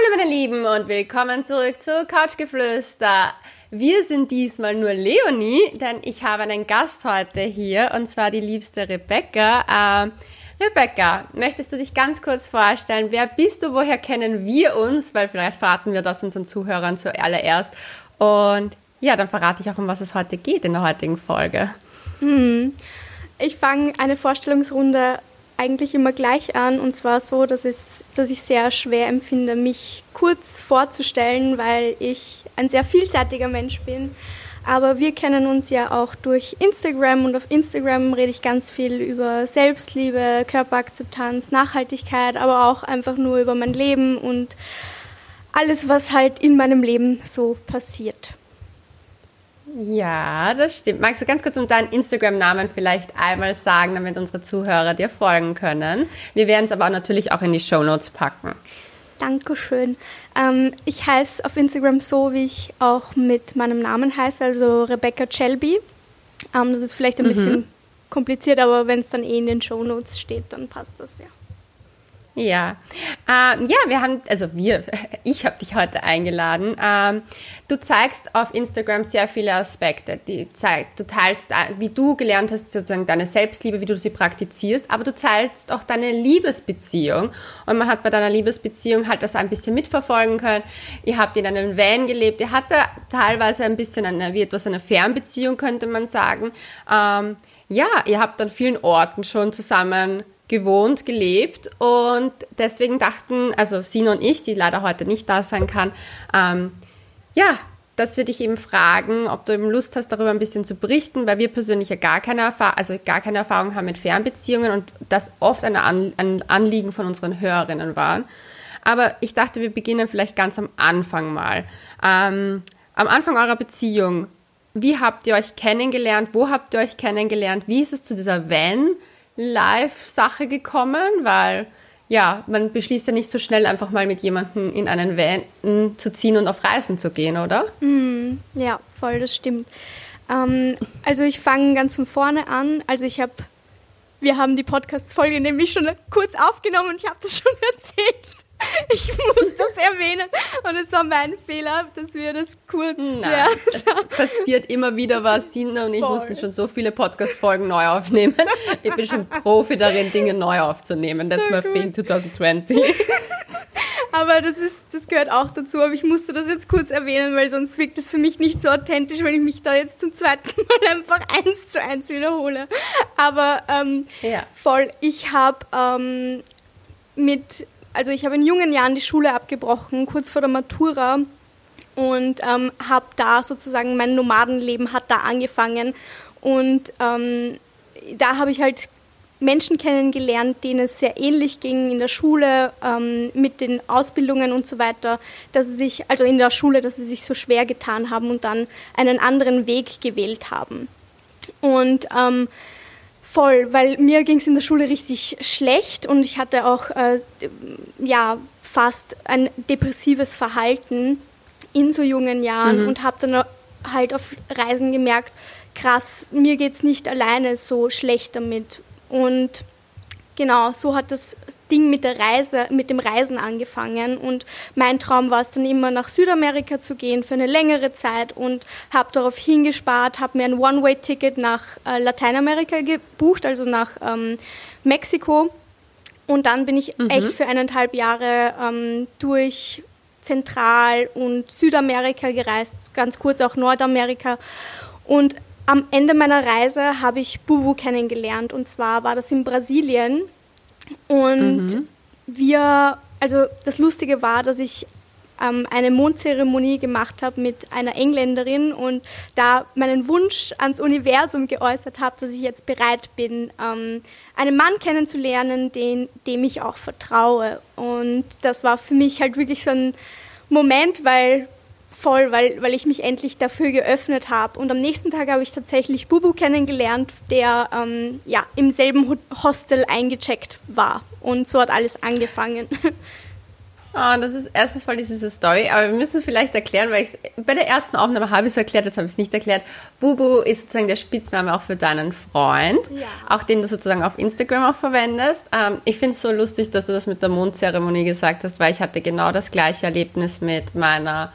Hallo meine Lieben und willkommen zurück zu Couchgeflüster. Wir sind diesmal nur Leonie, denn ich habe einen Gast heute hier und zwar die liebste Rebecca. Rebecca, möchtest du dich ganz kurz vorstellen? Wer bist du? Woher kennen wir uns? Weil vielleicht verraten wir das unseren Zuhörern zuallererst. Und ja, dann verrate ich auch, um was es heute geht in der heutigen Folge. Ich fange eine Vorstellungsrunde eigentlich immer gleich an, und zwar so, dass ich sehr schwer empfinde, mich kurz vorzustellen, weil ich ein sehr vielseitiger Mensch bin. Aber wir kennen uns ja auch durch Instagram, und auf Instagram rede ich ganz viel über Selbstliebe, Körperakzeptanz, Nachhaltigkeit, aber auch einfach nur über mein Leben und alles, was halt in meinem Leben so passiert. Ja, das stimmt. Magst du ganz kurz deinen Instagram-Namen vielleicht einmal sagen, damit unsere Zuhörer dir folgen können? Wir werden es aber natürlich auch in die Shownotes packen. Dankeschön. Ich heiße auf Instagram so, wie ich auch mit meinem Namen heiße, also Rebecca Chelby. Das ist vielleicht ein bisschen kompliziert, aber wenn es dann in den Shownotes steht, dann passt das, ja. Ja, ich habe dich heute eingeladen. Du zeigst auf Instagram sehr viele Aspekte. Du teilst, wie du gelernt hast, sozusagen deine Selbstliebe, wie du sie praktizierst, aber du teilst auch deine Liebesbeziehung. Und man hat bei deiner Liebesbeziehung halt das ein bisschen mitverfolgen können. Ihr habt in einem Van gelebt. Ihr hattet teilweise ein bisschen eine Fernbeziehung, könnte man sagen. Ihr habt an vielen Orten schon zusammen gewohnt, gelebt, und deswegen dachten, also Sina und ich, die leider heute nicht da sein kann, dass wir dich eben fragen, ob du eben Lust hast, darüber ein bisschen zu berichten, weil wir persönlich ja gar keine Erfahrung haben mit Fernbeziehungen und das oft ein Anliegen von unseren Hörerinnen waren. Aber ich dachte, wir beginnen vielleicht ganz am Anfang mal. Am Anfang eurer Beziehung, wie habt ihr euch kennengelernt? Wo habt ihr euch kennengelernt? Wie ist es zu dieser Van-Life-Sache gekommen? Weil, ja, man beschließt ja nicht so schnell einfach mal mit jemandem in einen Van zu ziehen und auf Reisen zu gehen, oder? Ja, voll, das stimmt. Also ich fange ganz von vorne an. Also wir haben die Podcast-Folge nämlich schon kurz aufgenommen und ich habe das schon erzählt. Ich muss das erwähnen und es war mein Fehler, dass wir das kurz... Nein, es passiert immer wieder was. Sina und ich mussten schon so viele Podcast-Folgen neu aufnehmen. Ich bin schon Profi darin, Dinge neu aufzunehmen. That's my thing 2020. Aber das gehört auch dazu. Aber ich musste das jetzt kurz erwähnen, weil sonst wirkt es für mich nicht so authentisch, wenn ich mich da jetzt zum zweiten Mal einfach 1:1 wiederhole. Aber voll, ich habe ich habe in jungen Jahren die Schule abgebrochen, kurz vor der Matura, und habe da sozusagen, mein Nomadenleben hat da angefangen, und da habe ich halt Menschen kennengelernt, denen es sehr ähnlich ging in der Schule, mit den Ausbildungen und so weiter, dass sie sich so schwer getan haben und dann einen anderen Weg gewählt haben. Und voll, weil mir ging es in der Schule richtig schlecht und ich hatte auch fast ein depressives Verhalten in so jungen Jahren und habe dann halt auf Reisen gemerkt, krass, mir geht's nicht alleine so schlecht damit. Und genau, so hat das Ding mit dem Reisen angefangen, und mein Traum war es dann immer, nach Südamerika zu gehen für eine längere Zeit, und habe darauf hingespart, habe mir ein One-Way-Ticket nach Lateinamerika gebucht, also nach Mexiko, und dann bin ich echt für 1,5 Jahre durch Zentral- und Südamerika gereist, ganz kurz auch Nordamerika, und am Ende meiner Reise habe ich Bubu kennengelernt, und zwar war das in Brasilien. Und das Lustige war, dass ich eine Mondzeremonie gemacht habe mit einer Engländerin und da meinen Wunsch ans Universum geäußert habe, dass ich jetzt bereit bin, einen Mann kennenzulernen, dem ich auch vertraue. Und das war für mich halt wirklich so ein Moment, weil ich mich endlich dafür geöffnet habe. Und am nächsten Tag habe ich tatsächlich Bubu kennengelernt, der im selben Hostel eingecheckt war. Und so hat alles angefangen. Oh, das ist erstens voll diese Story, aber wir müssen vielleicht erklären, weil ich bei der ersten Aufnahme habe ich es erklärt, jetzt habe ich es nicht erklärt. Bubu ist sozusagen der Spitzname auch für deinen Freund, auch den du sozusagen auf Instagram auch verwendest. Ich finde es so lustig, dass du das mit der Mondzeremonie gesagt hast, weil ich hatte genau das gleiche Erlebnis mit meinem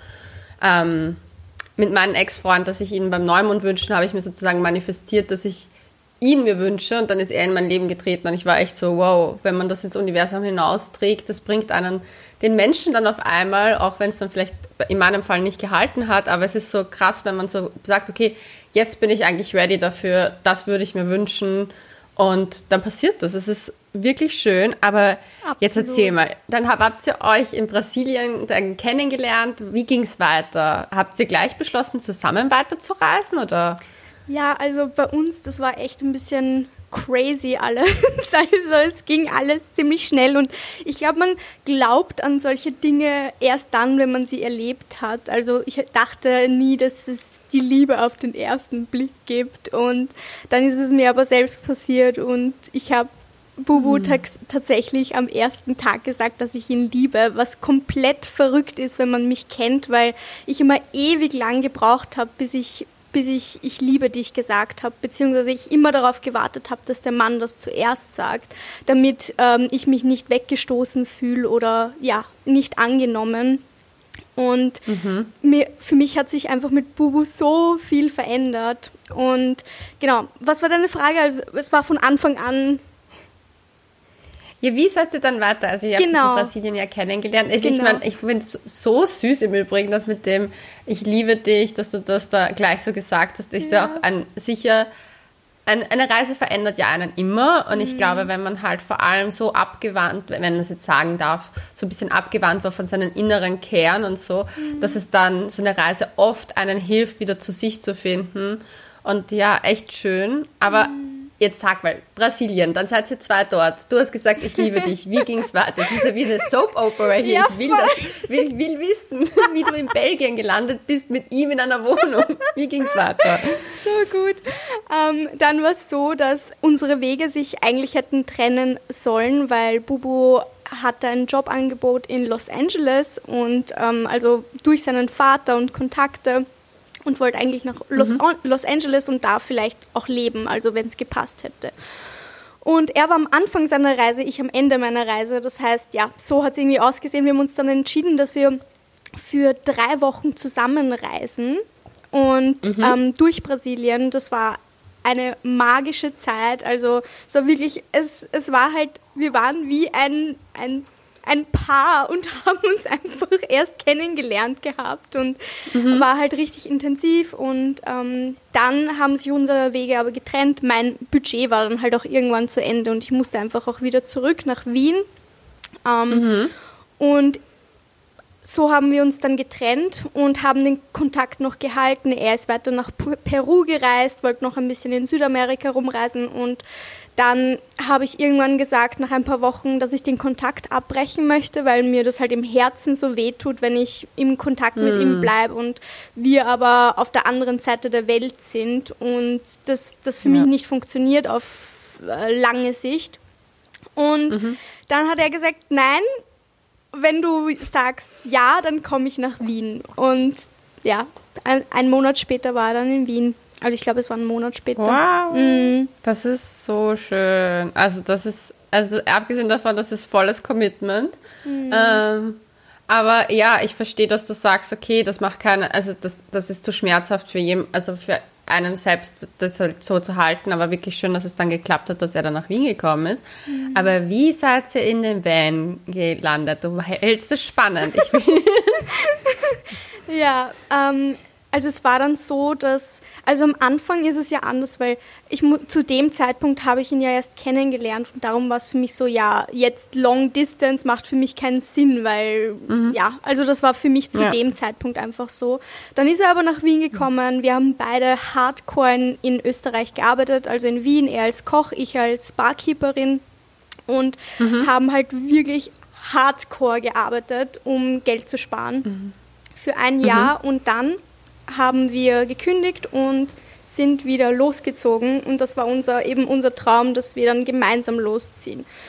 Ex-Freund, dass ich ihn beim Neumond wünschen, habe ich mir sozusagen manifestiert, dass ich ihn mir wünsche und dann ist er in mein Leben getreten und ich war echt so, wow, wenn man das ins Universum hinausträgt, das bringt den Menschen dann auf einmal, auch wenn es dann vielleicht in meinem Fall nicht gehalten hat, aber es ist so krass, wenn man so sagt, okay, jetzt bin ich eigentlich ready dafür, das würde ich mir wünschen und dann passiert das. Es ist wirklich schön, aber Absolut. Jetzt erzähl mal, dann habt ihr euch in Brasilien dann kennengelernt, wie ging es weiter? Habt ihr gleich beschlossen, zusammen weiterzureisen oder? Ja, also bei uns, das war echt ein bisschen crazy alles. Also es ging alles ziemlich schnell und ich glaube, man glaubt an solche Dinge erst dann, wenn man sie erlebt hat. Also ich dachte nie, dass es die Liebe auf den ersten Blick gibt und dann ist es mir aber selbst passiert und ich habe Bubu tatsächlich am ersten Tag gesagt, dass ich ihn liebe, was komplett verrückt ist, wenn man mich kennt, weil ich immer ewig lang gebraucht habe, bis ich liebe dich gesagt habe, beziehungsweise ich immer darauf gewartet habe, dass der Mann das zuerst sagt, damit ich mich nicht weggestoßen fühle oder ja, nicht angenommen. Und für mich hat sich einfach mit Bubu so viel verändert. Und genau, was war deine Frage? Also es war von Anfang an... Ja, wie seid ihr dann weiter? Also ihr habt euch in Brasilien ja kennengelernt. Ich meine, ich finde es so süß im Übrigen, dass mit dem ich liebe dich, dass du das da gleich so gesagt hast. Ist ja auch eine Reise verändert ja einen immer und ich glaube, wenn man halt vor allem so abgewandt, wenn man das jetzt sagen darf, so ein bisschen abgewandt war von seinen inneren Kern und so, dass es dann so eine Reise oft einen hilft, wieder zu sich zu finden und ja, echt schön, aber jetzt sag mal, Brasilien, dann seid ihr zwei dort. Du hast gesagt, ich liebe dich. Wie ging es weiter? Das ist ja wie eine Soap-Opera hier. Ja, ich will wissen, wie du in Belgien gelandet bist mit ihm in einer Wohnung. Wie ging es weiter? So gut. Dann war es so, dass unsere Wege sich eigentlich hätten trennen sollen, weil Bubu hatte ein Jobangebot in Los Angeles und also durch seinen Vater und Kontakte und wollte eigentlich nach Los Angeles und da vielleicht auch leben, also wenn es gepasst hätte. Und er war am Anfang seiner Reise, ich am Ende meiner Reise. Das heißt, ja, so hat es irgendwie ausgesehen. Wir haben uns dann entschieden, dass wir für 3 Wochen zusammenreisen und durch Brasilien. Das war eine magische Zeit. Also es war wirklich, es war halt, wir waren wie ein Paar und haben uns einfach erst kennengelernt gehabt und war halt richtig intensiv und dann haben sich unsere Wege aber getrennt. Mein Budget war dann halt auch irgendwann zu Ende und ich musste einfach auch wieder zurück nach Wien und so haben wir uns dann getrennt und haben den Kontakt noch gehalten. Er ist weiter nach Peru gereist, wollte noch ein bisschen in Südamerika rumreisen und dann habe ich irgendwann gesagt, nach ein paar Wochen, dass ich den Kontakt abbrechen möchte, weil mir das halt im Herzen so wehtut, wenn ich im Kontakt mit ihm bleibe und wir aber auf der anderen Seite der Welt sind und das für mich nicht funktioniert auf lange Sicht. Und dann hat er gesagt, nein, wenn du sagst ja, dann komme ich nach Wien. Und ja, ein Monat später war er dann in Wien. Also ich glaube, es war ein Monat später. Wow, das ist so schön. Also abgesehen davon, das ist volles Commitment. Aber ja, ich verstehe, dass du sagst, okay, das macht keine, also das ist zu schmerzhaft für für einen selbst, das halt so zu halten. Aber wirklich schön, dass es dann geklappt hat, dass er dann nach Wien gekommen ist. Aber wie seid ihr in den Van gelandet? Du hältst es spannend. Ja, also es war dann so, dass, also am Anfang ist es ja anders, weil zu dem Zeitpunkt habe ich ihn ja erst kennengelernt und darum war es für mich so, ja, jetzt Long Distance macht für mich keinen Sinn, weil, ja, also das war für mich zu dem Zeitpunkt einfach so. Dann ist er aber nach Wien gekommen, wir haben beide hardcore in Österreich gearbeitet, also in Wien, er als Koch, ich als Barkeeperin und haben halt wirklich hardcore gearbeitet, um Geld zu sparen für ein Jahr und dann haben wir gekündigt und sind wieder losgezogen und das war unser Traum, dass wir dann gemeinsam losziehen.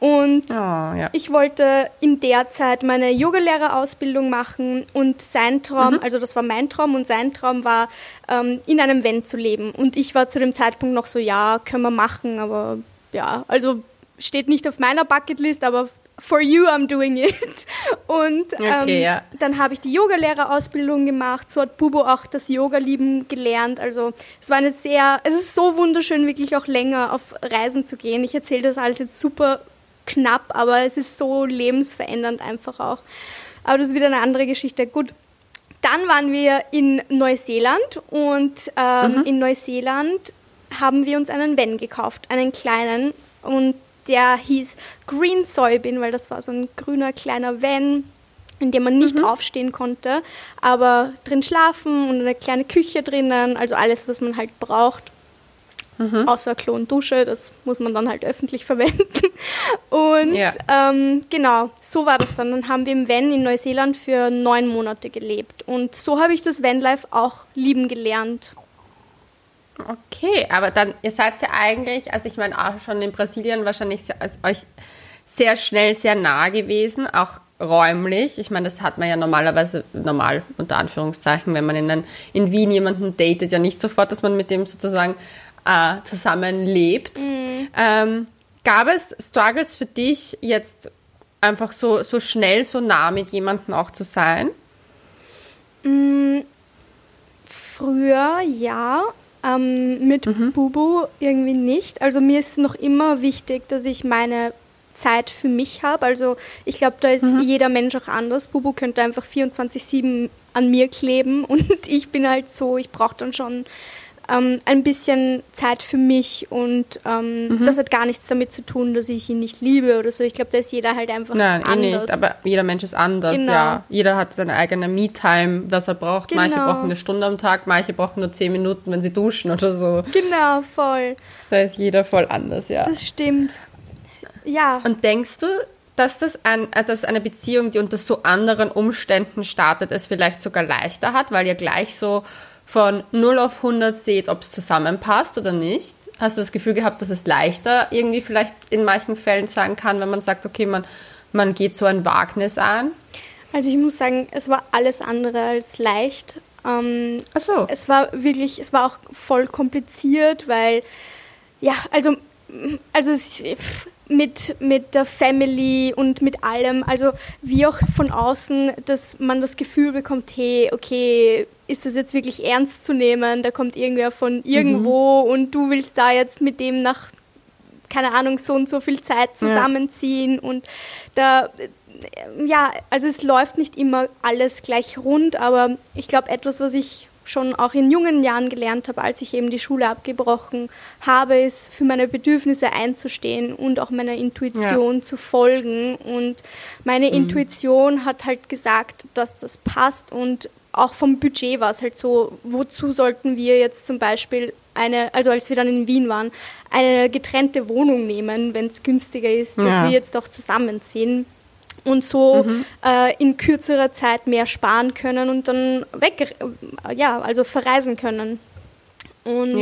Und ich wollte in der Zeit meine Yogalehrerausbildung machen und sein Traum, also das war mein Traum und sein Traum war, in einem Van zu leben. Und ich war zu dem Zeitpunkt noch so, ja, können wir machen, aber ja, also steht nicht auf meiner Bucketlist, aber for you, I'm doing it. Und dann habe ich die Yogalehrerausbildung gemacht. So hat Bubu auch das Yoga lieben gelernt. Also es ist so wunderschön, wirklich auch länger auf Reisen zu gehen. Ich erzähle das alles jetzt super knapp, aber es ist so lebensverändernd einfach auch. Aber das ist wieder eine andere Geschichte. Gut, dann waren wir in Neuseeland und in Neuseeland haben wir uns einen Van gekauft, einen kleinen, und der hieß Green Soybean, weil das war so ein grüner kleiner Van, in dem man nicht aufstehen konnte, aber drin schlafen und eine kleine Küche drinnen, also alles, was man halt braucht. Außer Klo und Dusche, das muss man dann halt öffentlich verwenden. Und genau, so war das dann. Dann haben wir im Van in Neuseeland für 9 Monate gelebt. Und so habe ich das Vanlife auch lieben gelernt. Okay, aber dann, ihr seid ja eigentlich, also ich meine auch schon in Brasilien wahrscheinlich euch sehr schnell sehr nah gewesen, auch räumlich. Ich meine, das hat man ja normalerweise, unter Anführungszeichen, wenn man in Wien jemanden datet, ja nicht sofort, dass man mit dem sozusagen zusammen lebt. Gab es Struggles für dich, jetzt einfach so schnell, so nah mit jemandem auch zu sein? Früher ja. Mit Bubu irgendwie nicht. Also mir ist noch immer wichtig, dass ich meine Zeit für mich habe. Also ich glaube, da ist jeder Mensch auch anders. Bubu könnte einfach 24/7 an mir kleben und ich bin halt so, ich brauche dann schon ein bisschen Zeit für mich und das hat gar nichts damit zu tun, dass ich ihn nicht liebe oder so. Ich glaube, da ist jeder halt einfach anders. Nein, nicht, aber jeder Mensch ist anders, ja. Jeder hat seine eigene Me-Time, was er braucht. Genau. Manche brauchen 1 Stunde am Tag, manche brauchen nur 10 Minuten, wenn sie duschen oder so. Genau, voll. Da ist jeder voll anders, ja. Das stimmt. Ja. Und denkst du, dass dass eine Beziehung, die unter so anderen Umständen startet, es vielleicht sogar leichter hat, weil ihr gleich so von 0 auf 100 seht, ob es zusammenpasst oder nicht? Hast du das Gefühl gehabt, dass es leichter irgendwie vielleicht in manchen Fällen sein kann, wenn man sagt, okay, man geht so ein Wagnis an? Also ich muss sagen, es war alles andere als leicht. Ach so. Es war auch voll kompliziert, weil, ja, also mit der Family und mit allem, also wie auch von außen, dass man das Gefühl bekommt, hey, okay, ist das jetzt wirklich ernst zu nehmen? Da kommt irgendwer von irgendwo und du willst da jetzt mit dem nach, keine Ahnung, so und so viel Zeit zusammenziehen und da, ja, also es läuft nicht immer alles gleich rund, aber ich glaube, etwas, was ich schon auch in jungen Jahren gelernt habe, als ich eben die Schule abgebrochen habe, ist, für meine Bedürfnisse einzustehen und auch meiner Intuition zu folgen. Und meine Intuition hat halt gesagt, dass das passt, und auch vom Budget war es halt so, wozu sollten wir jetzt zum Beispiel also als wir dann in Wien waren, eine getrennte Wohnung nehmen, wenn es günstiger ist, dass wir jetzt auch zusammenziehen. Und so in kürzerer Zeit mehr sparen können und dann also verreisen können. Und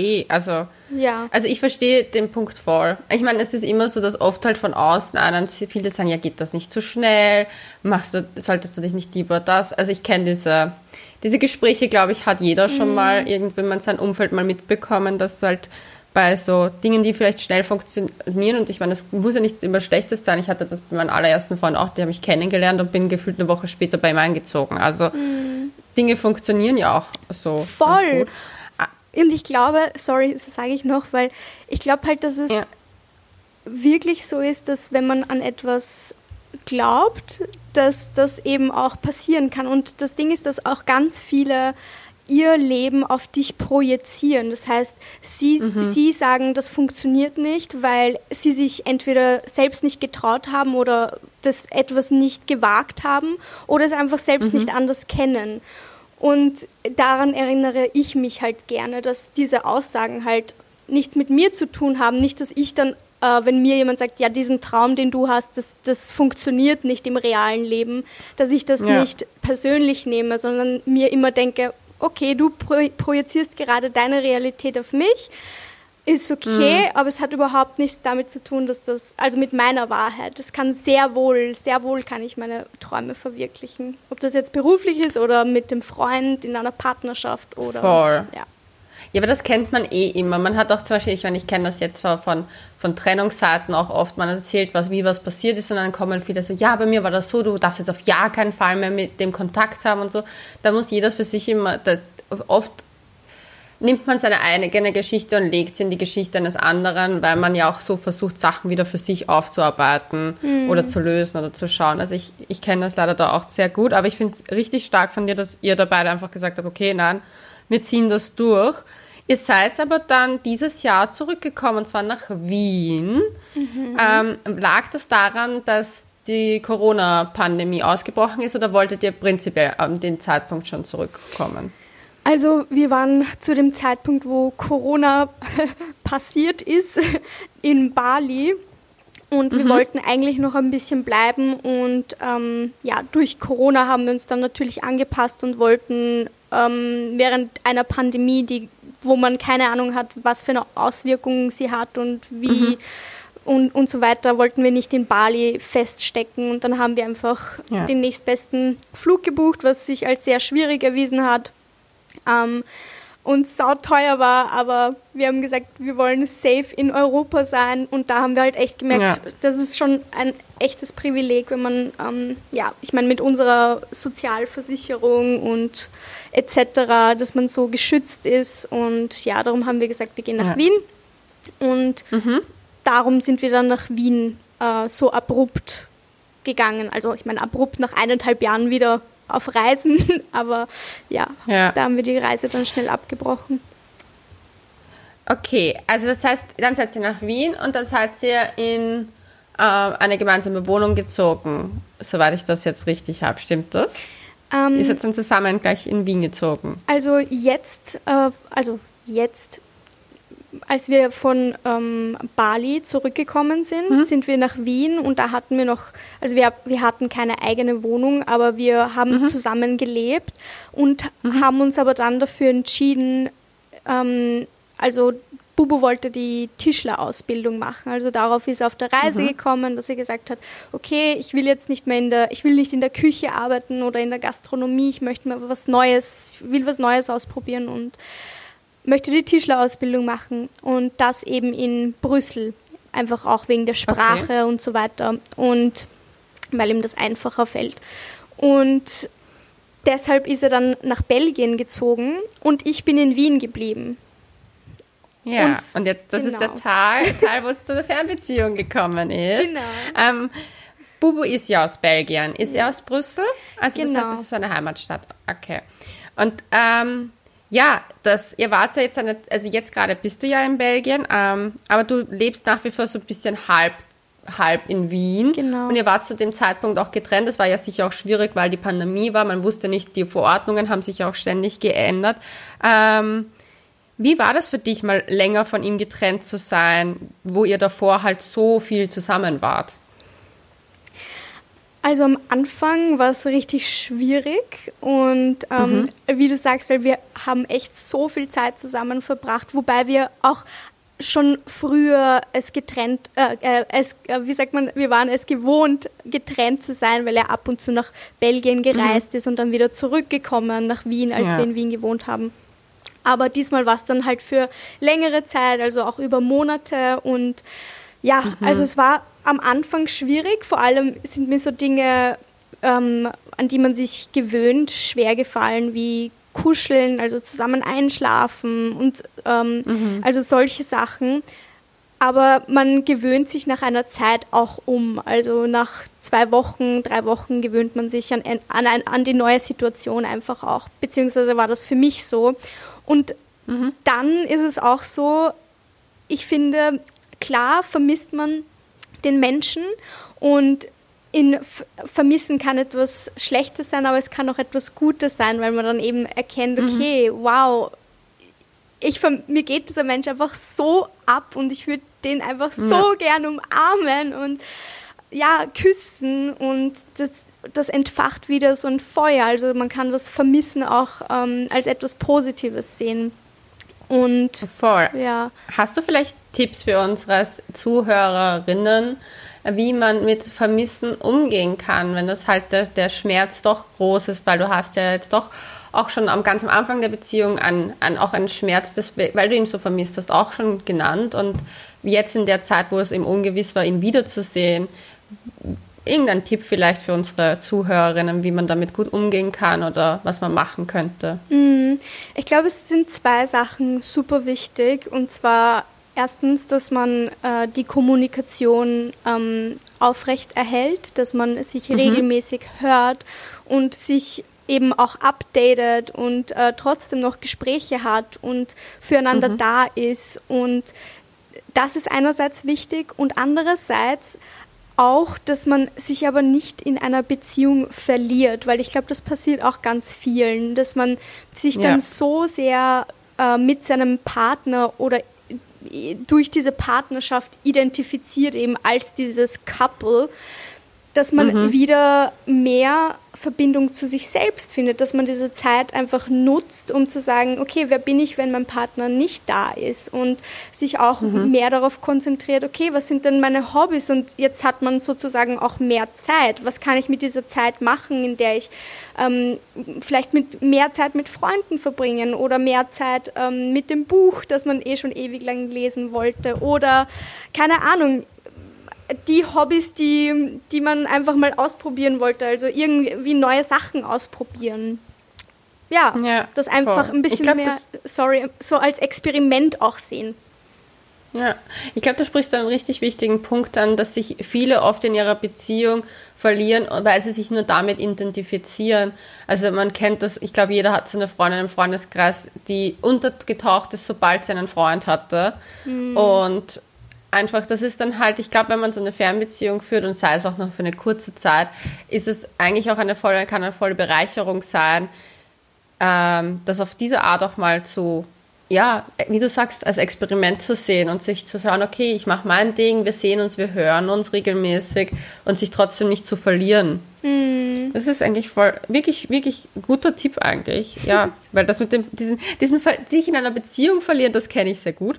also ich verstehe den Punkt voll. Ich meine, es ist immer so, dass oft halt von außen viele sagen, ja, geht das nicht zu schnell, solltest du dich nicht lieber das. Also ich kenne diese Gespräche, glaube ich, hat jeder schon mal irgendwann in seinem Umfeld mal mitbekommen, dass halt bei so Dingen, die vielleicht schnell funktionieren, und ich meine, das muss ja nichts immer Schlechtes sein. Ich hatte das bei meinen allerersten Freunden auch, die habe ich kennengelernt und bin gefühlt eine Woche später bei ihm eingezogen. Also Dinge funktionieren ja auch so. Voll. Und ich glaube, sorry, das sage ich noch, weil ich glaube halt, dass es wirklich so ist, dass wenn man an etwas glaubt, dass das eben auch passieren kann. Und das Ding ist, dass auch ganz viele ihr Leben auf dich projizieren. Das heißt, sie sagen, das funktioniert nicht, weil sie sich entweder selbst nicht getraut haben oder das etwas nicht gewagt haben oder es einfach selbst nicht anders kennen. Und daran erinnere ich mich halt gerne, dass diese Aussagen halt nichts mit mir zu tun haben. Nicht, dass ich dann, wenn mir jemand sagt, ja, diesen Traum, den du hast, das funktioniert nicht im realen Leben, dass ich das nicht persönlich nehme, sondern mir immer denke, okay, du projizierst gerade deine Realität auf mich. ist okay, aber es hat überhaupt nichts damit zu tun, dass also mit meiner Wahrheit. Das kann sehr wohl kann ich meine Träume verwirklichen. Ob das jetzt beruflich ist oder mit dem Freund in einer Partnerschaft oder. Voll. Ja. Ja, aber das kennt man eh immer. Man hat auch zum Beispiel, ich kenne das jetzt von Trennungsseiten auch oft, man erzählt, wie was passiert ist und dann kommen viele so, ja, bei mir war das so, du darfst jetzt auf ja keinen Fall mehr mit dem Kontakt haben und so. Da muss jeder für sich immer, oft nimmt man seine eigene Geschichte und legt sie in die Geschichte eines anderen, weil man ja auch so versucht, Sachen wieder für sich aufzuarbeiten oder zu lösen oder zu schauen. Also ich kenne das leider da auch sehr gut, aber ich finde es richtig stark von dir, dass ihr da beide einfach gesagt habt, okay, nein, wir ziehen das durch. Ihr seid aber dann dieses Jahr zurückgekommen, und zwar nach Wien. Lag das daran, dass die Corona-Pandemie ausgebrochen ist oder wolltet ihr prinzipiell an den Zeitpunkt schon zurückkommen? Also wir waren zu dem Zeitpunkt, wo Corona passiert ist, in Bali und wir wollten eigentlich noch ein bisschen bleiben und durch Corona haben wir uns dann natürlich angepasst und wollten während einer Pandemie, wo man keine Ahnung hat, was für eine Auswirkung sie hat und wie und so weiter, wollten wir nicht in Bali feststecken und dann haben wir einfach den nächstbesten Flug gebucht, was sich als sehr schwierig erwiesen hat. Und sauteuer war, aber wir haben gesagt, wir wollen safe in Europa sein und da haben wir halt echt gemerkt, das ist schon ein echtes Privileg, wenn man, ich meine mit unserer Sozialversicherung und etc., dass man so geschützt ist und ja, darum haben wir gesagt, wir gehen nach Wien und darum sind wir dann nach Wien so abrupt gegangen, also ich meine abrupt nach 1,5 Jahren wieder auf Reisen, aber da haben wir die Reise dann schnell abgebrochen. Okay, also das heißt, dann seid ihr nach Wien und dann seid ihr in eine gemeinsame Wohnung gezogen, soweit ich das jetzt richtig habe. Stimmt das? Ihr seid dann zusammen gleich in Wien gezogen? Also jetzt, als wir von Bali zurückgekommen sind, sind wir nach Wien und da hatten wir noch, also wir hatten keine eigene Wohnung, aber wir haben zusammen gelebt und haben uns aber dann dafür entschieden, also Bubu wollte die Tischlerausbildung machen, also darauf ist er auf der Reise gekommen, dass er gesagt hat, okay, ich will nicht in der Küche arbeiten oder in der Gastronomie, ich möchte mal was Neues ausprobieren und möchte die Tischlerausbildung machen und das eben in Brüssel, einfach auch wegen der Sprache und so weiter und weil ihm das einfacher fällt. Und deshalb ist er dann nach Belgien gezogen und ich bin in Wien geblieben. Ja, und jetzt, das ist der Teil, wo es zu der Fernbeziehung gekommen ist. Genau. Bubu ist ja aus Belgien. Ist er aus Brüssel? Also das heißt, das ist seine Heimatstadt. Okay. Und ihr wart ja jetzt, also jetzt gerade bist du ja in Belgien, aber du lebst nach wie vor so ein bisschen halb in Wien. Genau. Und ihr wart zu dem Zeitpunkt auch getrennt. Das war ja sicher auch schwierig, weil die Pandemie war. Man wusste nicht, die Verordnungen haben sich auch ständig geändert. Wie war das für dich, mal länger von ihm getrennt zu sein, wo ihr davor halt so viel zusammen wart? Also am Anfang war es richtig schwierig und wie du sagst, wir haben echt so viel Zeit zusammen verbracht, wobei wir auch schon früher wir waren es gewohnt, getrennt zu sein, weil er ab und zu nach Belgien gereist ist und dann wieder zurückgekommen nach Wien, als wir in Wien gewohnt haben. Aber diesmal war es dann halt für längere Zeit, also auch über Monate und also es war am Anfang schwierig, vor allem sind mir so Dinge, an die man sich gewöhnt, schwer gefallen, wie Kuscheln, also zusammen einschlafen und also solche Sachen. Aber man gewöhnt sich nach einer Zeit auch um. Also nach 2 Wochen, 3 Wochen gewöhnt man sich an die neue Situation einfach auch. Beziehungsweise war das für mich so. Und dann ist es auch so, ich finde, klar vermisst man den Menschen und Vermissen kann etwas Schlechtes sein, aber es kann auch etwas Gutes sein, weil man dann eben erkennt, okay, wow, mir geht dieser Mensch einfach so ab und ich würde den einfach so gern umarmen und küssen und das entfacht wieder so ein Feuer. Also man kann das Vermissen auch als etwas Positives sehen. Und voll. Ja. Hast du vielleicht Tipps für unsere Zuhörerinnen, wie man mit Vermissen umgehen kann, wenn das halt der Schmerz doch groß ist, weil du hast ja jetzt doch auch schon ganz am Anfang der Beziehung auch einen Schmerz, weil du ihn so vermisst hast, auch schon genannt, und jetzt in der Zeit, wo es eben ungewiss war, ihn wiederzusehen, irgendein Tipp vielleicht für unsere Zuhörerinnen, wie man damit gut umgehen kann oder was man machen könnte? Ich glaube, es sind 2 Sachen super wichtig, und zwar erstens, dass man die Kommunikation aufrecht erhält, dass man sich regelmäßig hört und sich eben auch updatet und trotzdem noch Gespräche hat und füreinander da ist. Und das ist einerseits wichtig, und andererseits auch, dass man sich aber nicht in einer Beziehung verliert, weil ich glaube, das passiert auch ganz vielen, dass man sich dann so sehr mit seinem Partner oder durch diese Partnerschaft identifiziert, eben als dieses Couple, dass man wieder mehr Verbindung zu sich selbst findet, dass man diese Zeit einfach nutzt, um zu sagen, okay, wer bin ich, wenn mein Partner nicht da ist, und sich auch mehr darauf konzentriert, okay, was sind denn meine Hobbys, und jetzt hat man sozusagen auch mehr Zeit, was kann ich mit dieser Zeit machen, in der ich vielleicht mehr Zeit mit Freunden verbringen oder mehr Zeit mit dem Buch, das man schon ewig lang lesen wollte, oder keine Ahnung, die Hobbys, die man einfach mal ausprobieren wollte, also irgendwie neue Sachen ausprobieren. Ja, das einfach ein bisschen mehr, so als Experiment auch sehen. Ja, ich glaube, du sprichst da einen richtig wichtigen Punkt an, dass sich viele oft in ihrer Beziehung verlieren, weil sie sich nur damit identifizieren. Also man kennt das, ich glaube, jeder hat so eine Freundin im Freundeskreis, die untergetaucht ist, sobald sie einen Freund hatte. Und einfach, das ist dann halt, ich glaube, wenn man so eine Fernbeziehung führt, und sei es auch noch für eine kurze Zeit, ist es eigentlich auch kann eine volle Bereicherung sein, das auf diese Art auch mal wie du sagst, als Experiment zu sehen und sich zu sagen, okay, ich mache mein Ding, wir sehen uns, wir hören uns regelmäßig, und sich trotzdem nicht zu verlieren. Das ist eigentlich wirklich, wirklich guter Tipp eigentlich. Ja, weil das mit diesen sich in einer Beziehung verlieren, das kenne ich sehr gut.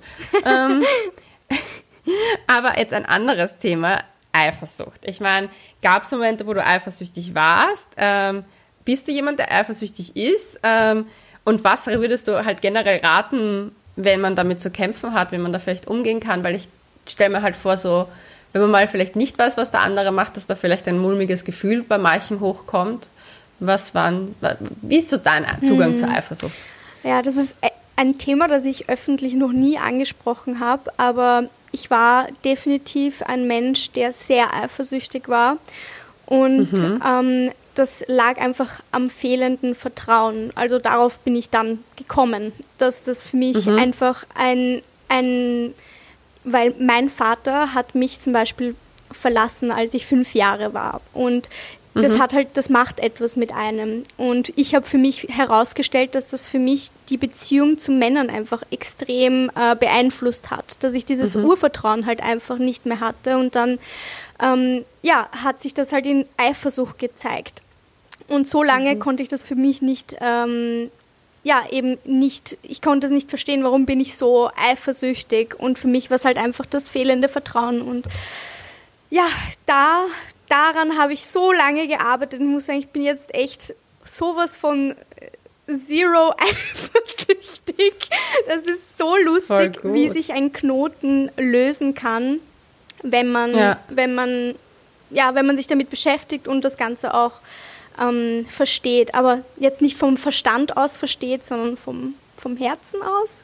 Aber jetzt ein anderes Thema, Eifersucht. Ich meine, gab es Momente, wo du eifersüchtig warst? Bist du jemand, der eifersüchtig ist? Und was würdest du halt generell raten, wenn man damit zu kämpfen hat, wie man da vielleicht umgehen kann? Weil ich stelle mir halt vor, so, wenn man mal vielleicht nicht weiß, was der andere macht, dass da vielleicht ein mulmiges Gefühl bei manchen hochkommt. Wie ist so dein Zugang zur Eifersucht? Ja, das ist ein Thema, das ich öffentlich noch nie angesprochen habe, aber ich war definitiv ein Mensch, der sehr eifersüchtig war, und das lag einfach am fehlenden Vertrauen. Also darauf bin ich dann gekommen, dass das für mich einfach weil mein Vater hat mich zum Beispiel verlassen, als ich 5 Jahre war, und das macht etwas mit einem. Und ich habe für mich herausgestellt, dass das für mich die Beziehung zu Männern einfach extrem beeinflusst hat. Dass ich dieses Urvertrauen halt einfach nicht mehr hatte. Und dann hat sich das halt in Eifersucht gezeigt. Und so lange konnte ich das für mich nicht, ich konnte es nicht verstehen, warum bin ich so eifersüchtig. Und für mich war es halt einfach das fehlende Vertrauen. Und ja, daran habe ich so lange gearbeitet und muss sagen, ich bin jetzt echt sowas von zero eifersüchtig. Das ist so lustig, wie sich ein Knoten lösen kann, wenn man sich damit beschäftigt und das Ganze auch versteht. Aber jetzt nicht vom Verstand aus versteht, sondern vom Herzen aus.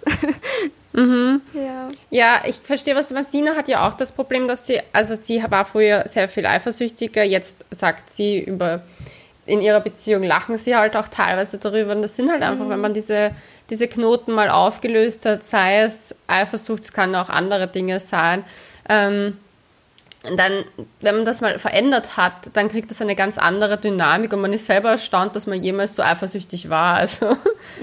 Ja, ich verstehe, was du meinst. Sina hat ja auch das Problem, dass sie war früher sehr viel eifersüchtiger, jetzt sagt sie in ihrer Beziehung lachen sie halt auch teilweise darüber, und das sind halt einfach, wenn man diese Knoten mal aufgelöst hat, sei es Eifersucht, es kann auch andere Dinge sein, dann, wenn man das mal verändert hat, dann kriegt das eine ganz andere Dynamik, und man ist selber erstaunt, dass man jemals so eifersüchtig war, also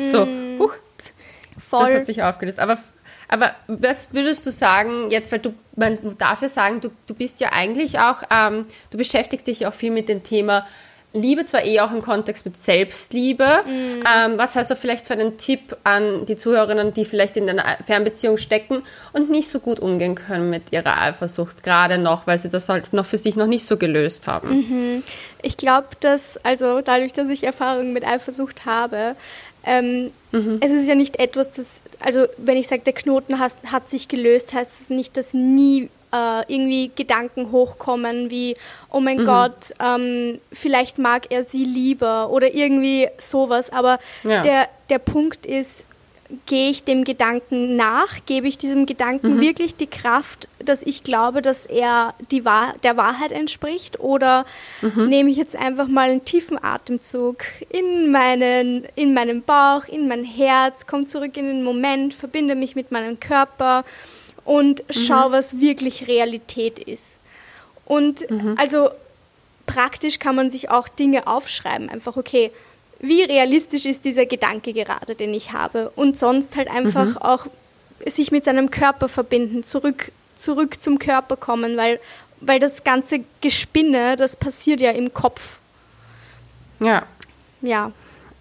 das hat sich aufgelöst. Aber was würdest du sagen, jetzt, weil man darf ja sagen, du bist ja eigentlich auch, du beschäftigst dich auch viel mit dem Thema Liebe zwar auch im Kontext mit Selbstliebe. Was hast du vielleicht für einen Tipp an die Zuhörerinnen, die vielleicht in einer Fernbeziehung stecken und nicht so gut umgehen können mit ihrer Eifersucht, gerade noch, weil sie das halt noch für sich noch nicht so gelöst haben? Ich glaube, dass, also dadurch, dass ich Erfahrung mit Eifersucht habe, es ist ja nicht etwas, das, also wenn ich sage, der Knoten hat sich gelöst, heißt das nicht, dass nie irgendwie Gedanken hochkommen wie, oh mein Gott, vielleicht mag er sie lieber oder irgendwie sowas. Aber der Punkt ist, gehe ich dem Gedanken nach? Gebe ich diesem Gedanken wirklich die Kraft, dass ich glaube, dass er der Wahrheit entspricht? Oder nehme ich jetzt einfach mal einen tiefen Atemzug in meinen Bauch, in mein Herz, komme zurück in den Moment, verbinde mich mit meinem Körper und schau, was wirklich Realität ist. Und also praktisch kann man sich auch Dinge aufschreiben. Einfach, okay, wie realistisch ist dieser Gedanke gerade, den ich habe? Und sonst halt einfach auch sich mit seinem Körper verbinden, zurück zum Körper kommen, weil das ganze Gespinne, das passiert ja im Kopf. Ja. Ja.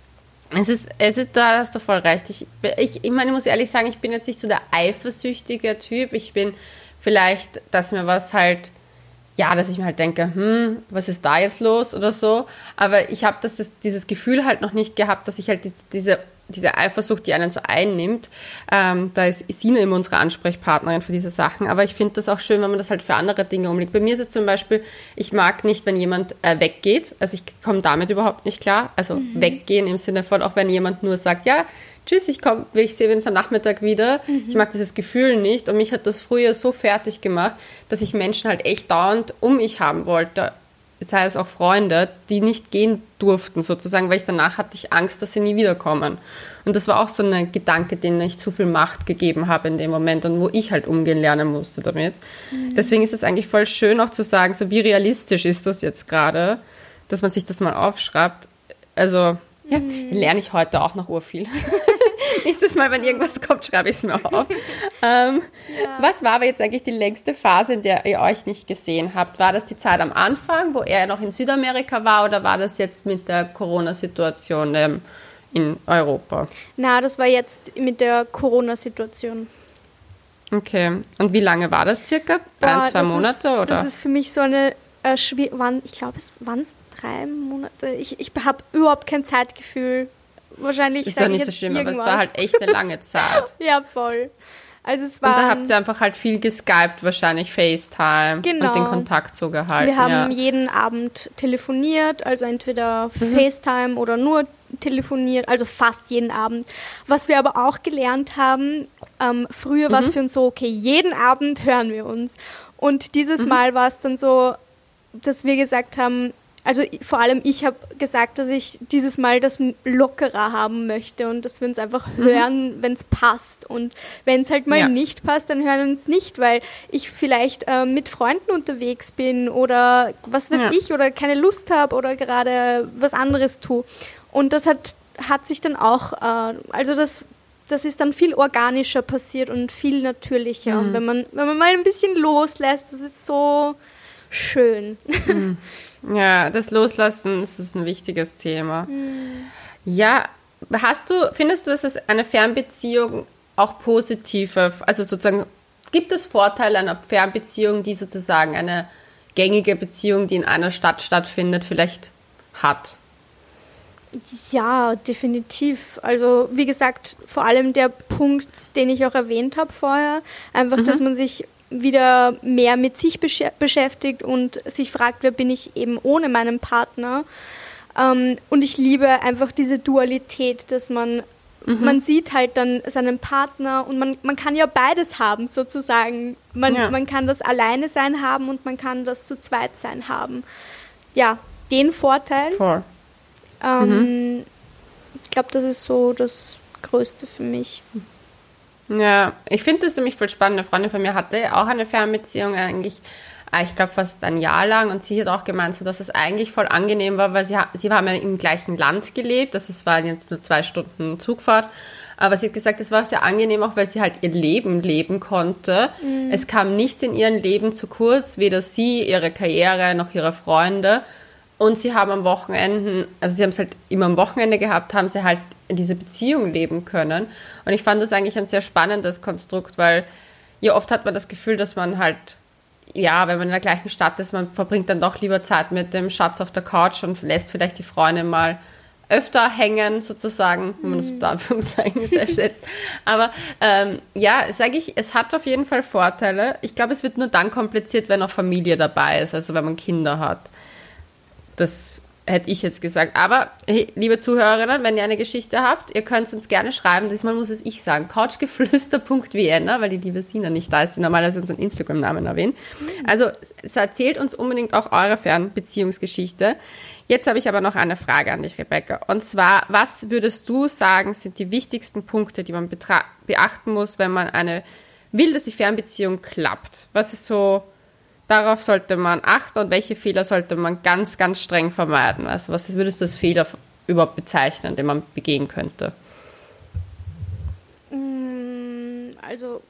Es ist, da hast du voll recht. Ich meine, ich muss ehrlich sagen, ich bin jetzt nicht so der eifersüchtige Typ. Ich bin vielleicht, dass mir was halt, ja, dass ich mir halt denke, was ist da jetzt los oder so. Aber ich habe dieses Gefühl halt noch nicht gehabt, dass ich halt diese Eifersucht, die einen so einnimmt, da ist Sina immer unsere Ansprechpartnerin für diese Sachen, aber ich finde das auch schön, wenn man das halt für andere Dinge umlegt. Bei mir ist es zum Beispiel, ich mag nicht, wenn jemand weggeht, also ich komme damit überhaupt nicht klar, also weggehen im Sinne von, auch wenn jemand nur sagt, ja, tschüss, ich sehe uns am Nachmittag wieder, ich mag dieses Gefühl nicht und mich hat das früher so fertig gemacht, dass ich Menschen halt echt dauernd um mich haben wollte, sei es auch Freunde, die nicht gehen durften sozusagen, weil ich danach hatte ich Angst, dass sie nie wiederkommen. Und das war auch so ein Gedanke, den ich zu viel Macht gegeben habe in dem Moment und wo ich halt umgehen lernen musste damit. Deswegen ist es eigentlich voll schön auch zu sagen, so wie realistisch ist das jetzt gerade, dass man sich das mal aufschreibt. Also ja, lerne ich heute auch noch urviel. Nächstes Mal, wenn irgendwas kommt, schreibe ich es mir auf. Was war aber jetzt eigentlich die längste Phase, in der ihr euch nicht gesehen habt? War das die Zeit am Anfang, wo er noch in Südamerika war, oder war das jetzt mit der Corona-Situation in Europa? Na, das war jetzt mit der Corona-Situation. Okay. Und wie lange war das circa? 1-2 Monate? Oder? Das ist für mich so eine ich glaube, waren es 3 Monate. Ich habe überhaupt kein Zeitgefühl. Wahrscheinlich ist ja nicht so schlimm, irgendwas. Aber es war halt echt eine lange Zeit. Ja, voll. Also es war. Und da habt ihr einfach halt viel geskypt, wahrscheinlich FaceTime und den Kontakt so gehalten. Wir haben jeden Abend telefoniert, also entweder FaceTime oder nur telefoniert, also fast jeden Abend. Was wir aber auch gelernt haben, früher war es für uns so, okay, jeden Abend hören wir uns. Und dieses Mal war es dann so, dass wir gesagt haben, also vor allem ich habe gesagt, dass ich dieses Mal das lockerer haben möchte und dass wir uns einfach hören, wenn es passt. Und wenn es halt mal nicht passt, dann hören wir uns nicht, weil ich vielleicht mit Freunden unterwegs bin oder was weiß ich oder keine Lust habe oder gerade was anderes tue. Und das hat sich dann auch, also das ist dann viel organischer passiert und viel natürlicher. Und wenn man mal ein bisschen loslässt, das ist so schön. Ja, das Loslassen, das ist ein wichtiges Thema. Ja, findest du, dass es eine Fernbeziehung auch positive, also sozusagen, gibt es Vorteile einer Fernbeziehung, die sozusagen eine gängige Beziehung, die in einer Stadt stattfindet, vielleicht hat? Ja, definitiv. Also wie gesagt, vor allem der Punkt, den ich auch erwähnt habe vorher, einfach, dass man sich wieder mehr mit sich beschäftigt und sich fragt, wer bin ich eben ohne meinen Partner. Und ich liebe einfach diese Dualität, dass man sieht halt dann seinen Partner und man kann ja beides haben sozusagen. Man kann das alleine sein haben und man kann das zu zweit sein haben. Ja, den Vorteil. Voll. Ich glaube, das ist so das Größte für mich. Ja, ich finde das nämlich voll spannend. Eine Freundin von mir hatte auch eine Fernbeziehung eigentlich, ich glaube fast ein Jahr lang, und sie hat auch gemeint, so, dass es eigentlich voll angenehm war, weil sie haben ja im gleichen Land gelebt, es waren jetzt nur 2 Stunden Zugfahrt, aber sie hat gesagt, es war sehr angenehm, auch weil sie halt ihr Leben leben konnte. Es kam nichts in ihrem Leben zu kurz, weder sie, ihre Karriere noch ihre Freunde. Und sie haben am Wochenenden, also sie haben es halt immer am Wochenende gehabt, haben sie halt diese Beziehung leben können. Und ich fand das eigentlich ein sehr spannendes Konstrukt, weil ja oft hat man das Gefühl, dass man halt, ja, wenn man in der gleichen Stadt ist, man verbringt dann doch lieber Zeit mit dem Schatz auf der Couch und lässt vielleicht die Freundin mal öfter hängen, sozusagen, wenn man das unter Anführungszeichen sehr schätzt. Aber ja, sage ich, es hat auf jeden Fall Vorteile. Ich glaube, es wird nur dann kompliziert, wenn auch Familie dabei ist, also wenn man Kinder hat. Das hätte ich jetzt gesagt. Aber, hey, liebe Zuhörerinnen, wenn ihr eine Geschichte habt, ihr könnt es uns gerne schreiben. Diesmal muss es ich sagen. couchgeflüster.vienna, weil die liebe Sina nicht da ist, die normalerweise unseren Instagram-Namen erwähnt. Also, so erzählt uns unbedingt auch eure Fernbeziehungsgeschichte. Jetzt habe ich aber noch eine Frage an dich, Rebecca. Und zwar, was würdest du sagen, sind die wichtigsten Punkte, die man beachten muss, wenn man will, dass die Fernbeziehung klappt? Was ist so... Darauf sollte man achten und welche Fehler sollte man ganz, ganz streng vermeiden? Also was würdest du als Fehler überhaupt bezeichnen, den man begehen könnte? Also,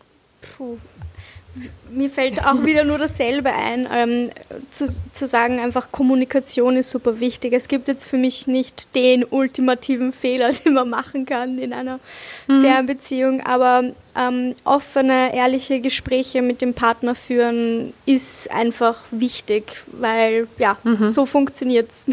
mir fällt auch wieder nur dasselbe ein, zu sagen, einfach Kommunikation ist super wichtig. Es gibt jetzt für mich nicht den ultimativen Fehler, den man machen kann in einer Fernbeziehung, aber offene, ehrliche Gespräche mit dem Partner führen ist einfach wichtig, weil so funktioniert es.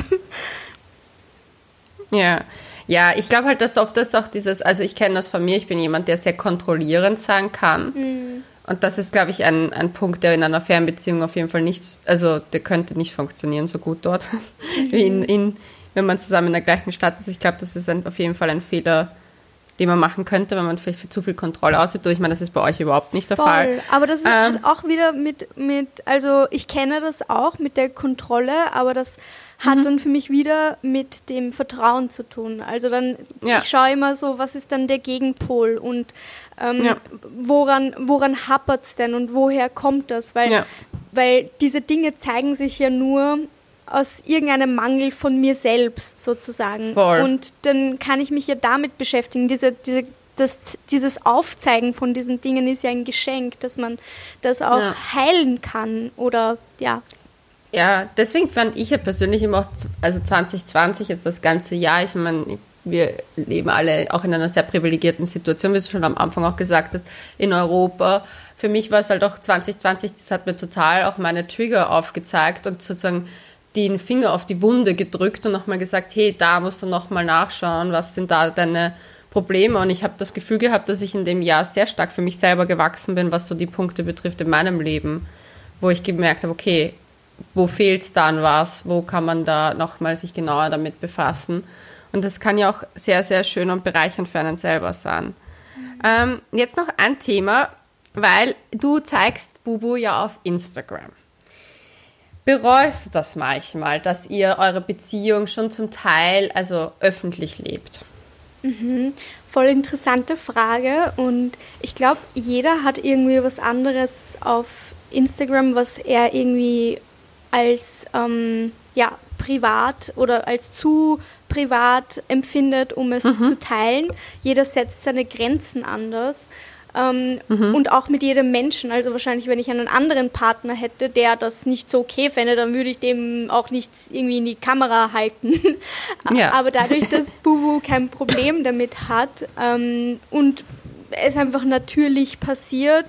Ja, ich glaube halt, dass oft das auch also ich kenne das von mir, ich bin jemand, der sehr kontrollierend sein kann. Und das ist, glaube ich, ein Punkt, der in einer Fernbeziehung auf jeden Fall nicht, also der könnte nicht funktionieren so gut dort, wie wenn man zusammen in der gleichen Stadt ist. Ich glaube, das ist auf jeden Fall ein Fehler, den man machen könnte, wenn man vielleicht zu viel Kontrolle ausübt. Ich meine, das ist bei euch überhaupt nicht der Fall. Aber das ist auch wieder also ich kenne das auch mit der Kontrolle, aber das hat dann für mich wieder mit dem Vertrauen zu tun. Also dann, ich schaue immer so, was ist dann der Gegenpol und woran hapert es denn und woher kommt das? Weil diese Dinge zeigen sich ja nur aus irgendeinem Mangel von mir selbst sozusagen. Voll. Und dann kann ich mich ja damit beschäftigen. Dieses Aufzeigen von diesen Dingen ist ja ein Geschenk, dass man das auch heilen kann oder Ja, deswegen fand ich ja persönlich immer auch, also 2020 jetzt das ganze Jahr, ich meine, wir leben alle auch in einer sehr privilegierten Situation, wie du schon am Anfang auch gesagt hast, in Europa. Für mich war es halt auch 2020, das hat mir total auch meine Trigger aufgezeigt und sozusagen den Finger auf die Wunde gedrückt und nochmal gesagt, hey, da musst du nochmal nachschauen, was sind da deine Probleme? Und ich habe das Gefühl gehabt, dass ich in dem Jahr sehr stark für mich selber gewachsen bin, was so die Punkte betrifft in meinem Leben, wo ich gemerkt habe, okay, wo fehlt es dann was? Wo kann man da nochmal sich genauer damit befassen? Und das kann ja auch sehr, sehr schön und bereichernd für einen selber sein. Jetzt noch ein Thema, weil du zeigst Bubu ja auf Instagram. Bereust du das manchmal, dass ihr eure Beziehung schon zum Teil also öffentlich lebt? Voll interessante Frage und ich glaube, jeder hat irgendwie was anderes auf Instagram, was er irgendwie als privat oder als zu privat empfindet, um es zu teilen. Jeder setzt seine Grenzen anders. Und auch mit jedem Menschen. Also wahrscheinlich, wenn ich einen anderen Partner hätte, der das nicht so okay fände, dann würde ich dem auch nicht irgendwie in die Kamera halten. Ja. Aber dadurch, dass Bubu kein Problem damit hat und es einfach natürlich passiert,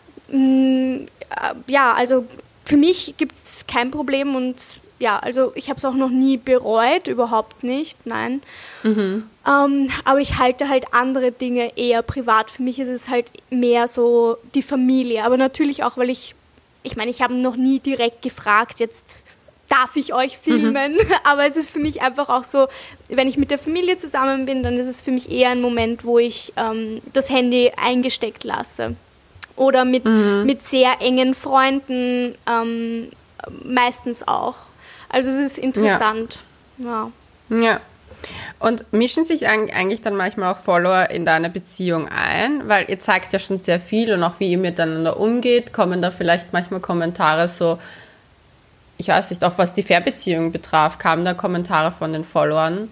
also für mich gibt es kein Problem und also ich habe es auch noch nie bereut, überhaupt nicht, nein. Aber ich halte halt andere Dinge eher privat. Für mich ist es halt mehr so die Familie. Aber natürlich auch, weil ich meine, ich habe noch nie direkt gefragt, jetzt darf ich euch filmen. Aber es ist für mich einfach auch so, wenn ich mit der Familie zusammen bin, dann ist es für mich eher ein Moment, wo ich das Handy eingesteckt lasse. Oder mit sehr engen Freunden meistens auch. Also es ist interessant. Ja. Und mischen sich eigentlich dann manchmal auch Follower in deine Beziehung ein? Weil ihr zeigt ja schon sehr viel und auch wie ihr miteinander umgeht. Kommen da vielleicht manchmal Kommentare so, ich weiß nicht, auch was die Fernbeziehung betraf, kamen da Kommentare von den Followern?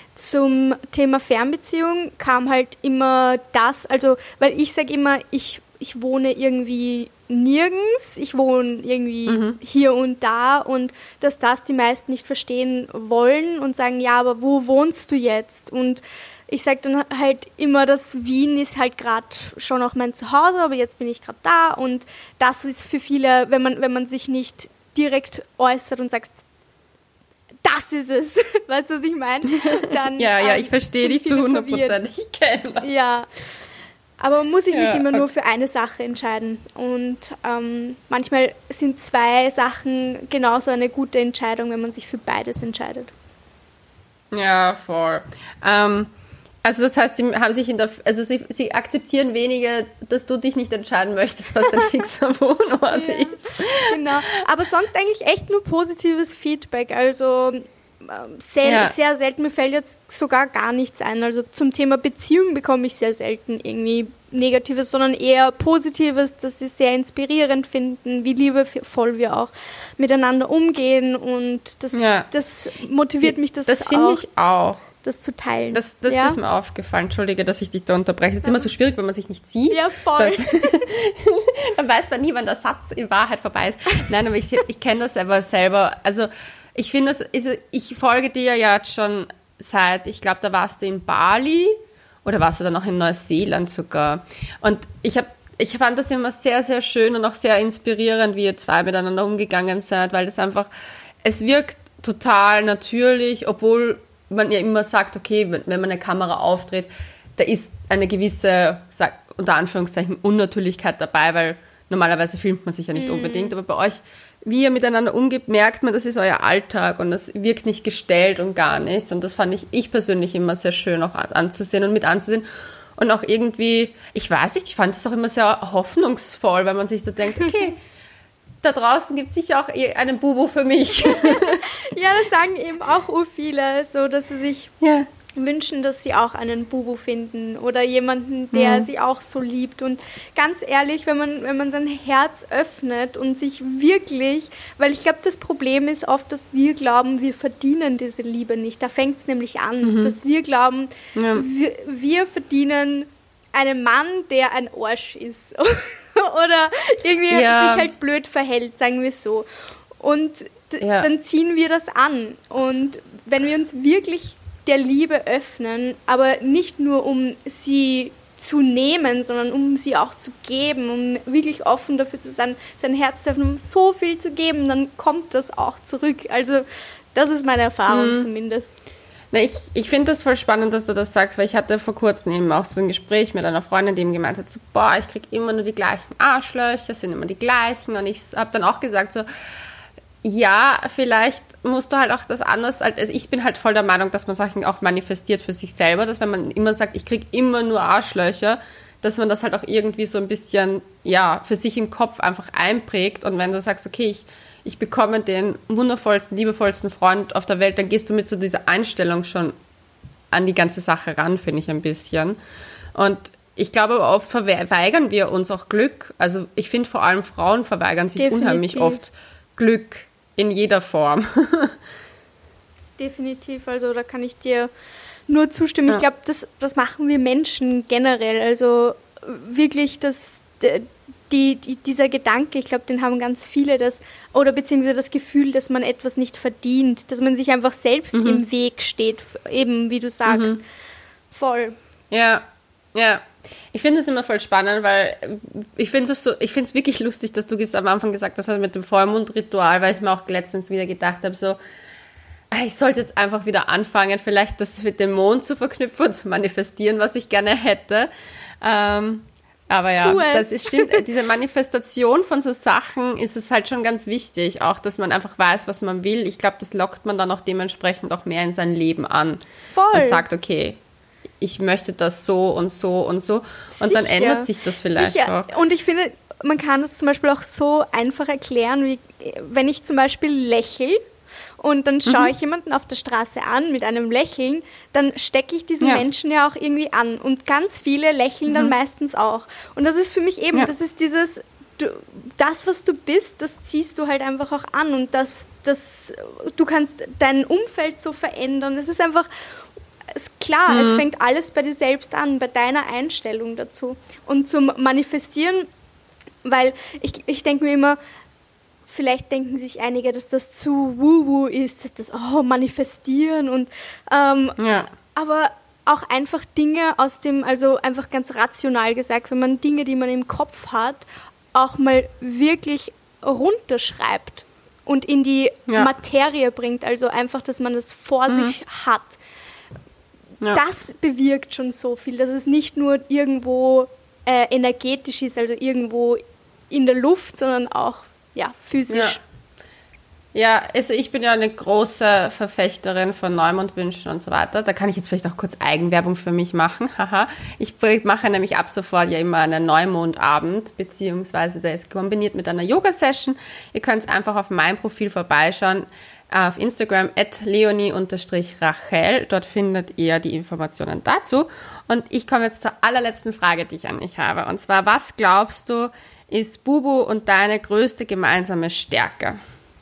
Zum Thema Fernbeziehung kam halt immer das, also weil ich sage immer, ich ich wohne irgendwie nirgends, ich wohne irgendwie hier und da und dass das die meisten nicht verstehen wollen und sagen, ja, aber wo wohnst du jetzt? Und ich sage dann halt immer, dass Wien ist halt gerade schon auch mein Zuhause, aber jetzt bin ich gerade da und das ist für viele, wenn man sich nicht direkt äußert und sagt, das ist es, weißt du, was ich meine? Dann ja, ich verstehe dich zu 100%, ich kenne das. Ja, aber man muss sich nicht immer nur für eine Sache entscheiden und manchmal sind 2 Sachen genauso eine gute Entscheidung, wenn man sich für beides entscheidet. Ja, voll. Also das heißt, sie akzeptieren weniger, dass du dich nicht entscheiden möchtest, was dein fixer Wohnort ist. Genau, aber sonst eigentlich echt nur positives Feedback, also sehr selten, mir fällt jetzt sogar gar nichts ein, also zum Thema Beziehung bekomme ich sehr selten irgendwie Negatives, sondern eher Positives, dass sie sehr inspirierend finden, wie liebevoll wir auch miteinander umgehen und das motiviert mich, das finde ich auch. Das zu teilen. Das ist mir aufgefallen. Entschuldige, dass ich dich da unterbreche. Es ist immer so schwierig, wenn man sich nicht sieht. Ja, voll. Man weiß zwar nie, wann der Satz in Wahrheit vorbei ist. Nein, aber ich kenne das aber selber. Also ich finde das, ich folge dir ja jetzt schon seit, ich glaube, da warst du in Bali oder warst du dann noch in Neuseeland sogar. Und ich fand das immer sehr, sehr schön und auch sehr inspirierend, wie ihr 2 miteinander umgegangen seid, weil das einfach, es wirkt total natürlich, obwohl man ja immer sagt, okay, wenn man eine Kamera aufdreht, da ist eine gewisse, unter Anführungszeichen, Unnatürlichkeit dabei, weil normalerweise filmt man sich ja nicht unbedingt, aber bei euch, wie ihr miteinander umgeht, merkt man, das ist euer Alltag und das wirkt nicht gestellt und gar nichts und das fand ich persönlich immer sehr schön auch anzusehen und mit anzusehen und auch irgendwie, ich weiß nicht, ich fand das auch immer sehr hoffnungsvoll, weil man sich so denkt, okay, da draußen gibt es sicher auch einen Bubu für mich. Ja, das sagen eben auch viele, so dass sie sich wünschen, dass sie auch einen Bubu finden oder jemanden, der sie auch so liebt. Und ganz ehrlich, wenn man sein Herz öffnet und sich wirklich, weil ich glaube, das Problem ist oft, dass wir glauben, wir verdienen diese Liebe nicht. Da fängt es nämlich an, dass wir glauben, wir verdienen einen Mann, der ein Arsch ist. Oder irgendwie sich halt blöd verhält, sagen wir so. Und dann ziehen wir das an. Und wenn wir uns wirklich der Liebe öffnen, aber nicht nur um sie zu nehmen, sondern um sie auch zu geben, um wirklich offen dafür zu sein, sein Herz zu öffnen, um so viel zu geben, dann kommt das auch zurück. Also das ist meine Erfahrung zumindest. Na, ich finde das voll spannend, dass du das sagst, weil ich hatte vor kurzem eben auch so ein Gespräch mit einer Freundin, die eben gemeint hat, so, boah, ich kriege immer nur die gleichen Arschlöcher, sind immer die gleichen und ich habe dann auch gesagt so, ja, vielleicht musst du halt auch das anders, also ich bin halt voll der Meinung, dass man Sachen auch manifestiert für sich selber, dass wenn man immer sagt, ich kriege immer nur Arschlöcher, dass man das halt auch irgendwie so ein bisschen, für sich im Kopf einfach einprägt und wenn du sagst, okay, ich bekomme den wundervollsten, liebevollsten Freund auf der Welt, dann gehst du mit so dieser Einstellung schon an die ganze Sache ran, finde ich ein bisschen. Und ich glaube, aber oft verweigern wir uns auch Glück. Also ich finde vor allem Frauen verweigern sich unheimlich oft Glück in jeder Form. Definitiv, also da kann ich dir nur zustimmen. Ich glaube, das machen wir Menschen generell. Also wirklich dieser Gedanke, ich glaube, den haben ganz viele, beziehungsweise das Gefühl, dass man etwas nicht verdient, dass man sich einfach selbst im Weg steht, eben wie du sagst. Voll. Ja. Ich finde es immer voll spannend, weil ich finde es wirklich lustig, dass du am Anfang gesagt hast, mit dem Vollmondritual, weil ich mir auch letztens wieder gedacht habe, so, ich sollte jetzt einfach wieder anfangen, vielleicht das mit dem Mond zu verknüpfen und zu manifestieren, was ich gerne hätte. Aber ja, stimmt, diese Manifestation von so Sachen ist es halt schon ganz wichtig, auch, dass man einfach weiß, was man will. Ich glaube, das lockt man dann auch dementsprechend auch mehr in sein Leben an. Voll. Und sagt, okay, ich möchte das so und so und so. Und dann ändert sich das vielleicht auch. Und ich finde, man kann es zum Beispiel auch so einfach erklären, wie wenn ich zum Beispiel lächle und dann schaue ich jemanden auf der Straße an mit einem Lächeln, dann stecke ich diesen Menschen ja auch irgendwie an. Und ganz viele lächeln dann meistens auch. Und das ist für mich eben, das ist dieses, das, was du bist, das ziehst du halt einfach auch an. Und du kannst dein Umfeld so verändern. Das ist einfach klar, es fängt alles bei dir selbst an, bei deiner Einstellung dazu. Und zum Manifestieren, weil ich denke mir immer, vielleicht denken sich einige, dass das zu woo-woo ist, dass das Manifestieren und aber auch einfach Dinge also einfach ganz rational gesagt, wenn man Dinge, die man im Kopf hat, auch mal wirklich runterschreibt und in die Materie bringt, also einfach, dass man das vor sich hat. Ja. Das bewirkt schon so viel, dass es nicht nur irgendwo energetisch ist, also irgendwo in der Luft, sondern auch physisch. Ja, also ich bin ja eine große Verfechterin von Neumondwünschen und so weiter. Da kann ich jetzt vielleicht auch kurz Eigenwerbung für mich machen. Haha. Ich mache nämlich ab sofort ja immer einen Neumondabend, beziehungsweise der ist kombiniert mit einer Yoga-Session. Ihr könnt einfach auf mein Profil vorbeischauen, auf Instagram @leonie_rachel. Dort findet ihr die Informationen dazu. Und ich komme jetzt zur allerletzten Frage, die ich an dich habe. Und zwar, was glaubst du, ist Bubu und deine größte gemeinsame Stärke?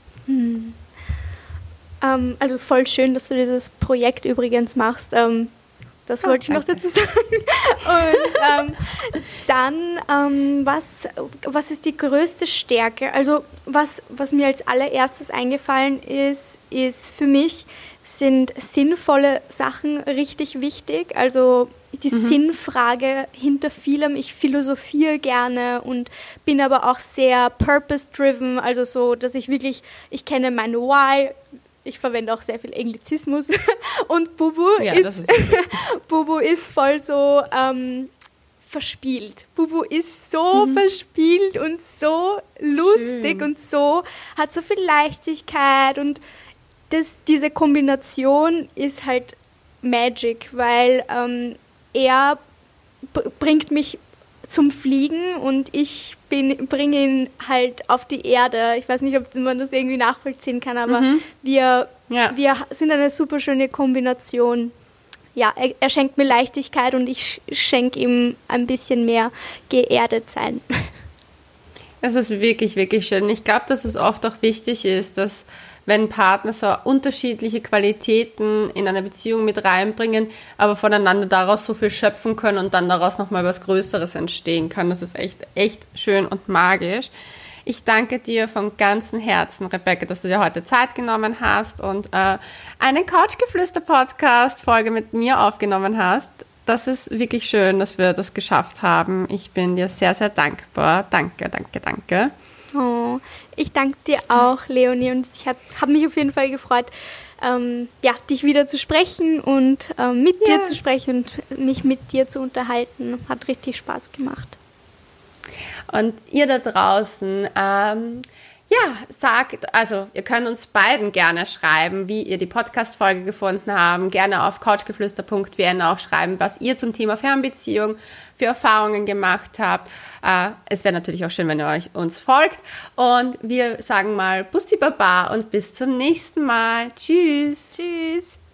Also voll schön, dass du dieses Projekt übrigens machst. Das wollte ich noch dazu sagen. Und dann, was ist die größte Stärke? Also was mir als allererstes eingefallen ist für mich, sind sinnvolle Sachen richtig wichtig. Also die Sinnfrage hinter vielem. Ich philosophiere gerne und bin aber auch sehr purpose-driven. Also so, dass ich kenne mein Why. Ich verwende auch sehr viel Englizismus. Und Bubu ist voll so verspielt. Bubu ist so verspielt und so lustig und hat so viel Leichtigkeit. Und diese Kombination ist halt Magic, weil er bringt mich zum Fliegen und ich bringe ihn halt auf die Erde. Ich weiß nicht, ob man das irgendwie nachvollziehen kann, aber wir sind eine super schöne Kombination. Ja, er schenkt mir Leichtigkeit und ich schenke ihm ein bisschen mehr geerdet sein. Das ist wirklich, wirklich schön. Ich glaube, dass es oft auch wichtig ist, dass wenn Partner so unterschiedliche Qualitäten in eine Beziehung mit reinbringen, aber voneinander daraus so viel schöpfen können und dann daraus nochmal was Größeres entstehen kann. Das ist echt, echt schön und magisch. Ich danke dir von ganzem Herzen, Rebecca, dass du dir heute Zeit genommen hast und eine Couchgeflüster-Podcast-Folge mit mir aufgenommen hast. Das ist wirklich schön, dass wir das geschafft haben. Ich bin dir sehr, sehr dankbar. Danke, danke, danke. Oh, ich danke dir auch, Leonie, und ich habe mich auf jeden Fall gefreut, dich wieder zu sprechen und mit dir zu sprechen und mich mit dir zu unterhalten. Hat richtig Spaß gemacht. Und ihr da draußen, ihr könnt uns beiden gerne schreiben, wie ihr die Podcast-Folge gefunden habt. Gerne auf couchgeflüster.wn auch schreiben, was ihr zum Thema Fernbeziehung für Erfahrungen gemacht habt. Es wäre natürlich auch schön, wenn ihr uns folgt. Und wir sagen mal Bussi Baba und bis zum nächsten Mal. Tschüss. Tschüss.